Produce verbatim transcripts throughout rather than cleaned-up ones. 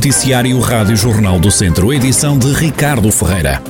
Noticiário Rádio Jornal do Centro, edição de Ricardo Ferreira.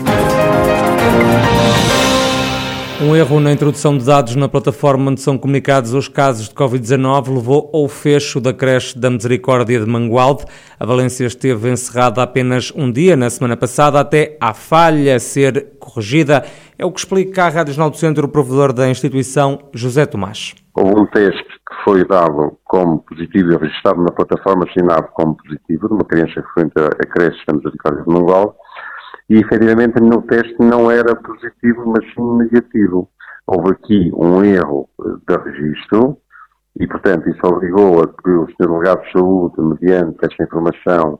Um erro na introdução de dados na plataforma onde são comunicados os casos de covid dezanove levou ao fecho da creche da Misericórdia de Mangualde. A Valência esteve encerrada apenas um dia na semana passada, até à falha ser corrigida. É o que explica à Rádio Jornal do Centro o provedor da instituição, José Tomás. Houve um teste que foi dado como positivo e registrado na plataforma, assinado como positivo, de uma criança que frequenta a creche da Misericórdia de Mangualde. E, efetivamente, no teste não era positivo, mas sim negativo. Houve aqui um erro de registro e, portanto, isso obrigou a que o senhor Delegado de Saúde, mediante esta informação,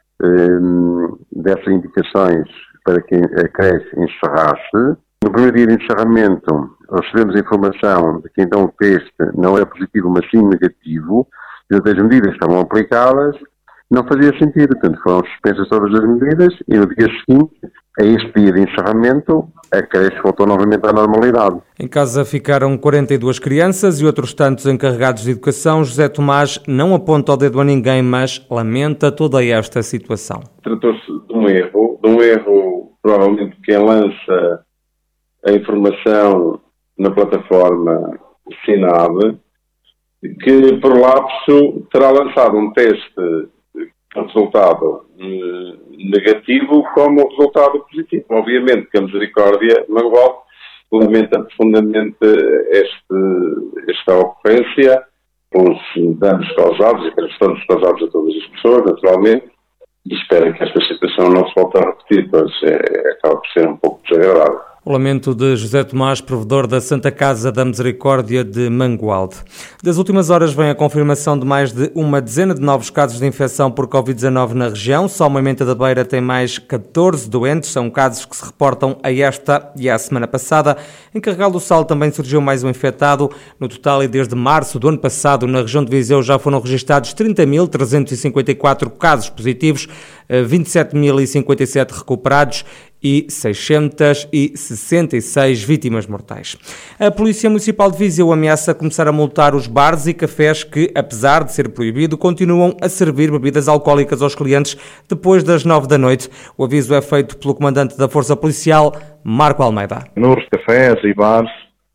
eh, dessas indicações para que a creche encerrasse. No primeiro dia de encerramento, recebemos a informação de que, então, o teste não era positivo, mas sim negativo, e as medidas estavam aplicadas. Não fazia sentido, portanto foram suspensas todas as medidas e no dia seguinte, a este dia de encerramento, a creche voltou novamente à normalidade. Em casa ficaram quarenta e duas crianças e outros tantos encarregados de educação. José Tomás não aponta o dedo a ninguém, mas lamenta toda esta situação. Tratou-se de um erro, de um erro provavelmente de quem lança a informação na plataforma SINAB, que por lapso terá lançado um teste resultado eh, negativo como resultado positivo. Obviamente que a Misericórdia Mangualde lamenta profundamente este, esta ocorrência, os danos causados e pelos danos causados a todas as pessoas, naturalmente, e espera que esta situação não se volte a repetir, pois é, acaba por ser um pouco desagradável. O lamento de José Tomás, provedor da Santa Casa da Misericórdia de Mangualde. Das últimas horas vem a confirmação de mais de uma dezena de novos casos de infecção por covid dezanove na região. Só Moimenta da Beira tem mais catorze doentes. São casos que se reportam a esta e à semana passada. Em Carregal do Sal também surgiu mais um infectado. No total, e desde março do ano passado, na região de Viseu já foram registados trinta mil trezentos e cinquenta e quatro casos positivos, vinte e sete mil e cinquenta e sete recuperados e seiscentas e sessenta e seis vítimas mortais. A Polícia Municipal de Viseu ameaça começar a multar os bares e cafés que, apesar de ser proibido, continuam a servir bebidas alcoólicas aos clientes depois das nove da noite. O aviso é feito pelo comandante da Força Policial, Marco Almeida. Nos cafés e bares,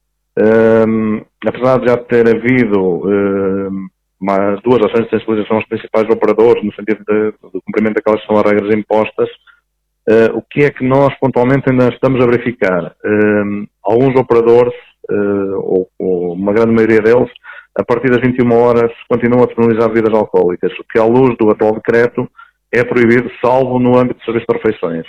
um, apesar de já ter havido um, mais duas ações de sensibilização aos principais operadores, no sentido de, do cumprimento daquelas que são as regras impostas, Uh, o que é que nós pontualmente ainda estamos a verificar? Uh, alguns operadores, uh, ou, ou uma grande maioria deles, a partir das vinte e uma horas continuam a disponibilizar bebidas alcoólicas, o que à luz do atual decreto é proibido, salvo no âmbito de serviço de refeições.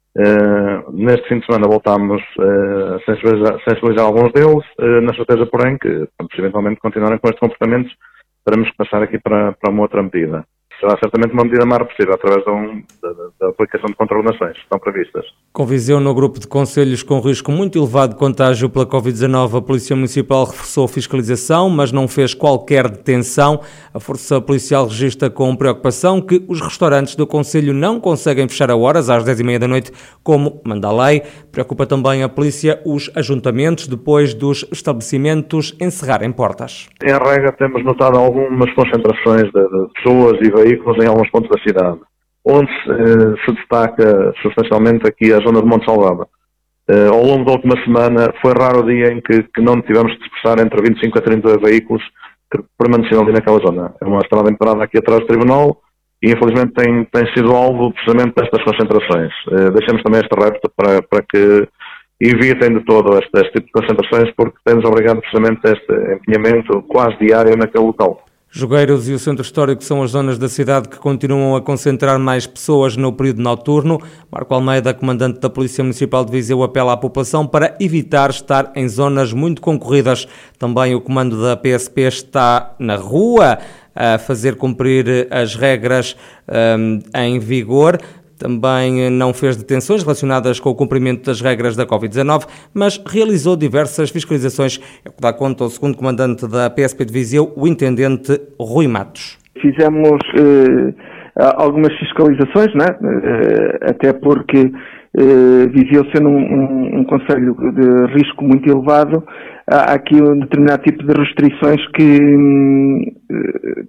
Uh, neste fim de semana voltámos uh, a sensibilizar, sensibilizar alguns deles, uh, na certeza, porém, que se eventualmente continuarem com estes comportamentos, teremos que passar aqui para, para uma outra medida. Será certamente uma medida mais possível, através da, um, da, da aplicação de contornações que estão previstas. Com Viseu no grupo de concelhos com risco muito elevado de contágio pela covid dezanove, a Polícia Municipal reforçou a fiscalização, mas não fez qualquer detenção. A Força Policial registra com preocupação que os restaurantes do concelho não conseguem fechar a horas, às dez e meia da noite, como manda a lei. Preocupa também a Polícia os ajuntamentos, depois dos estabelecimentos encerrarem portas. Em regra, temos notado algumas concentrações de, de pessoas e veículos em alguns pontos da cidade, onde eh, se destaca substancialmente aqui a zona de Monte Salvador. Eh, ao longo da última semana foi raro o dia em que, que não tivemos de dispersar entre vinte e cinco a trinta veículos que permaneciam ali naquela zona. É uma estrada emparada aqui atrás do Tribunal e infelizmente tem, tem sido alvo precisamente destas concentrações. Eh, deixamos também este repto para, para que evitem de todo este, este tipo de concentrações, porque temos obrigado precisamente a este empenhamento quase diário naquele local. Jogueiros e o Centro Histórico são as zonas da cidade que continuam a concentrar mais pessoas no período noturno. Marco Almeida, comandante da Polícia Municipal de Viseu, apela à população para evitar estar em zonas muito concorridas. Também o comando da P S P está na rua a fazer cumprir as regras um, em vigor. Também não fez detenções relacionadas com o cumprimento das regras da covid dezanove, mas realizou diversas fiscalizações. É o que dá conta ao segundo comandante da P S P de Viseu, o intendente Rui Matos. Fizemos eh, algumas fiscalizações, né? eh, até porque eh, Viseu sendo um, um, um concelho de risco muito elevado, há aqui um determinado tipo de restrições que,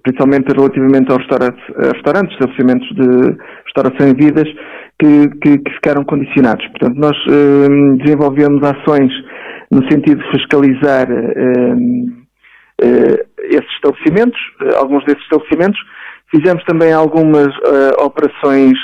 principalmente relativamente aos restaurantes, restaurantes estabelecimentos de restauração e vidas, que, que, que ficaram condicionados. Portanto, nós eh, desenvolvemos ações no sentido de fiscalizar eh, eh, esses estabelecimentos, alguns desses estabelecimentos. Fizemos também algumas eh, operações,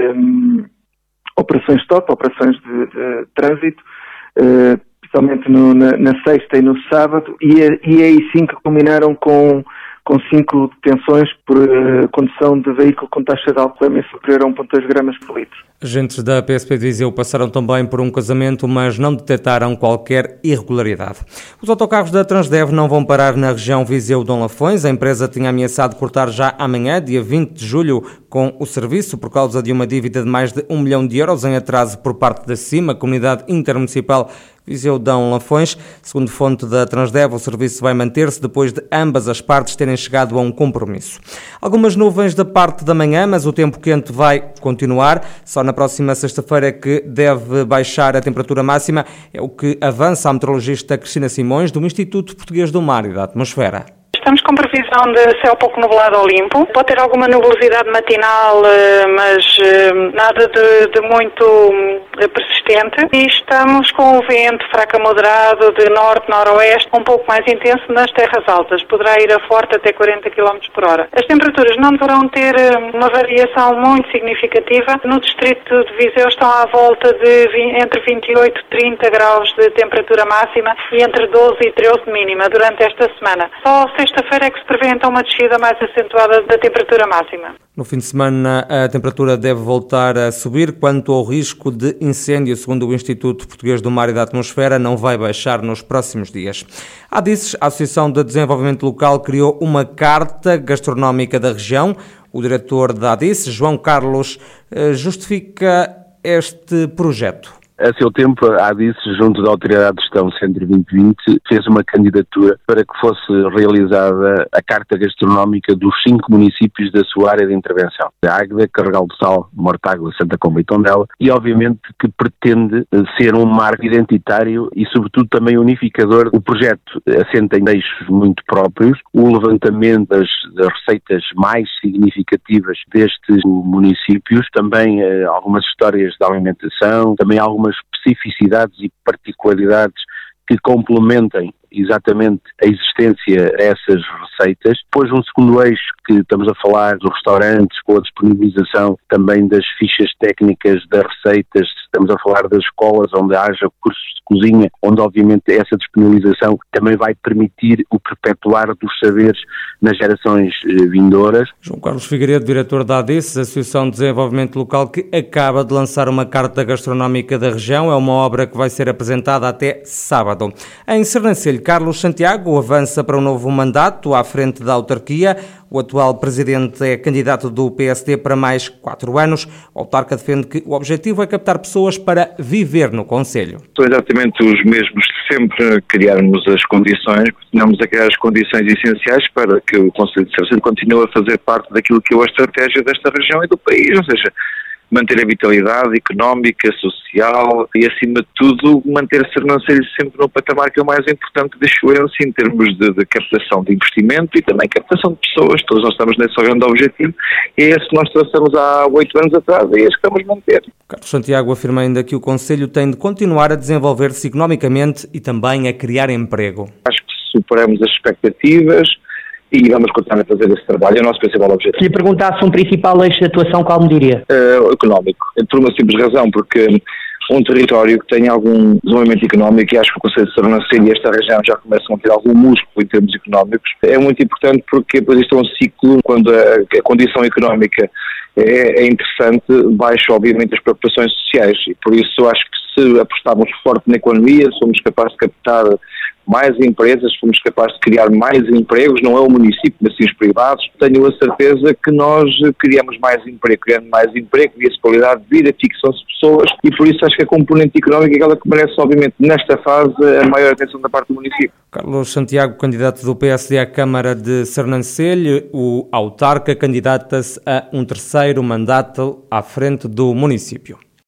eh, operações stop, operações de, de trânsito, eh, principalmente no, na, na sexta e no sábado, e, e aí sim que culminaram com com cinco detenções por uh, condução de veículo com taxa de alcoolemia superior a um vírgula dois gramas por litro. Agentes da P S P de Viseu passaram também por um casamento, mas não detectaram qualquer irregularidade. Os autocarros da Transdev não vão parar na região Viseu-Dom Lafões. A empresa tinha ameaçado cortar já amanhã, dia vinte de julho, com o serviço por causa de uma dívida de mais de um milhão de euros em atraso por parte da CIMA, Comunidade Intermunicipal Viseu-Dom Lafões. Segundo fonte da Transdev, o serviço vai manter-se depois de ambas as partes terem chegado a um compromisso. Algumas nuvens da parte da manhã, mas o tempo quente vai continuar. Só na próxima sexta-feira é que deve baixar a temperatura máxima. É o que avança a meteorologista Cristina Simões, do Instituto Português do Mar e da Atmosfera. Estamos com previsão de céu pouco nublado ao limpo. Pode ter alguma nebulosidade matinal, mas nada de, de muito persistente. E estamos com o vento fraco a moderado de norte-noroeste, um pouco mais intenso nas terras altas. Poderá ir a forte até quarenta quilómetros por hora. As temperaturas não deverão ter uma variação muito significativa. No distrito de Viseu estão à volta de entre vinte e oito e trinta graus de temperatura máxima e entre doze e treze de mínima durante esta semana. Só sexta-feira é que se prevê então uma descida mais acentuada da temperatura máxima. No fim de semana a temperatura deve voltar a subir. Quanto ao risco de incêndio, segundo o Instituto Português do Mar e da Atmosfera, não vai baixar nos próximos dias. A ADICES, a Associação de Desenvolvimento Local, criou uma carta gastronómica da região. O diretor da ADICES, João Carlos, justifica este projeto. A seu tempo, a ADICES, junto da Autoridade de Gestão Centro vinte vinte, fez uma candidatura para que fosse realizada a Carta Gastronómica dos cinco municípios da sua área de intervenção: Águeda, Carregal do Sal, Mortágua, Santa Comba e Tondela, e obviamente que pretende ser um marco identitário e sobretudo também unificador. O projeto assenta em eixos muito próprios: o levantamento das, das receitas mais significativas destes municípios, também eh, algumas histórias da alimentação, também algumas especificidades e particularidades que complementem exatamente a existência dessas receitas. Depois um segundo eixo, que estamos a falar dos restaurantes, com a disponibilização também das fichas técnicas das receitas. Estamos a falar das escolas onde haja cursos de cozinha, onde obviamente essa disponibilização também vai permitir o perpetuar dos saberes nas gerações eh, vindouras. João Carlos Figueiredo, diretor da ADICES, Associação de Desenvolvimento Local, que acaba de lançar uma carta gastronómica da região. É uma obra que vai ser apresentada até sábado. Em Sernancelho, Carlos Santiago avança para um novo mandato à frente da autarquia. O atual presidente é candidato do P S D para mais quatro anos. O autarca defende que o objetivo é captar pessoas para viver no concelho. São exatamente os mesmos de sempre, criarmos as condições, continuamos a criar as condições essenciais para que o concelho de Sernancelho continue a fazer parte daquilo que é a estratégia desta região e do país, ou seja, manter a vitalidade económica, social e, acima de tudo, manter a Sernancelho sempre no patamar que é o mais importante de excelência em termos de, de captação de investimento e também captação de pessoas. Todos nós estamos nesse grande objetivo e é esse que nós traçamos há oito anos atrás e é esse que estamos a manter. Carlos Santiago afirma ainda que o concelho tem de continuar a desenvolver-se economicamente e também a criar emprego. Acho que superamos as expectativas e vamos continuar a fazer esse trabalho, é o nosso principal objetivo. Se lhe perguntasse um principal eixo de atuação, qual me diria? Uh, económico, por uma simples razão, porque um território que tem algum desenvolvimento económico, e acho que o Concelho de Sernancelho e esta região já começam a ter algum músculo em termos económicos, é muito importante porque depois isto é um ciclo, quando a, a condição económica é, é interessante, baixa obviamente as preocupações sociais, e por isso acho que se apostarmos forte na economia, somos capazes de captar mais empresas, fomos capazes de criar mais empregos, não é o município, mas sim os privados. Tenho a certeza que nós criamos mais emprego, criando mais emprego e a qualidade de vida, fixam-se pessoas e por isso acho que a componente económica é aquela que merece, obviamente, nesta fase, a maior atenção da parte do município. Carlos Santiago, candidato do P S D à Câmara de Sernancelho, o autarca candidata-se a um terceiro mandato à frente do município.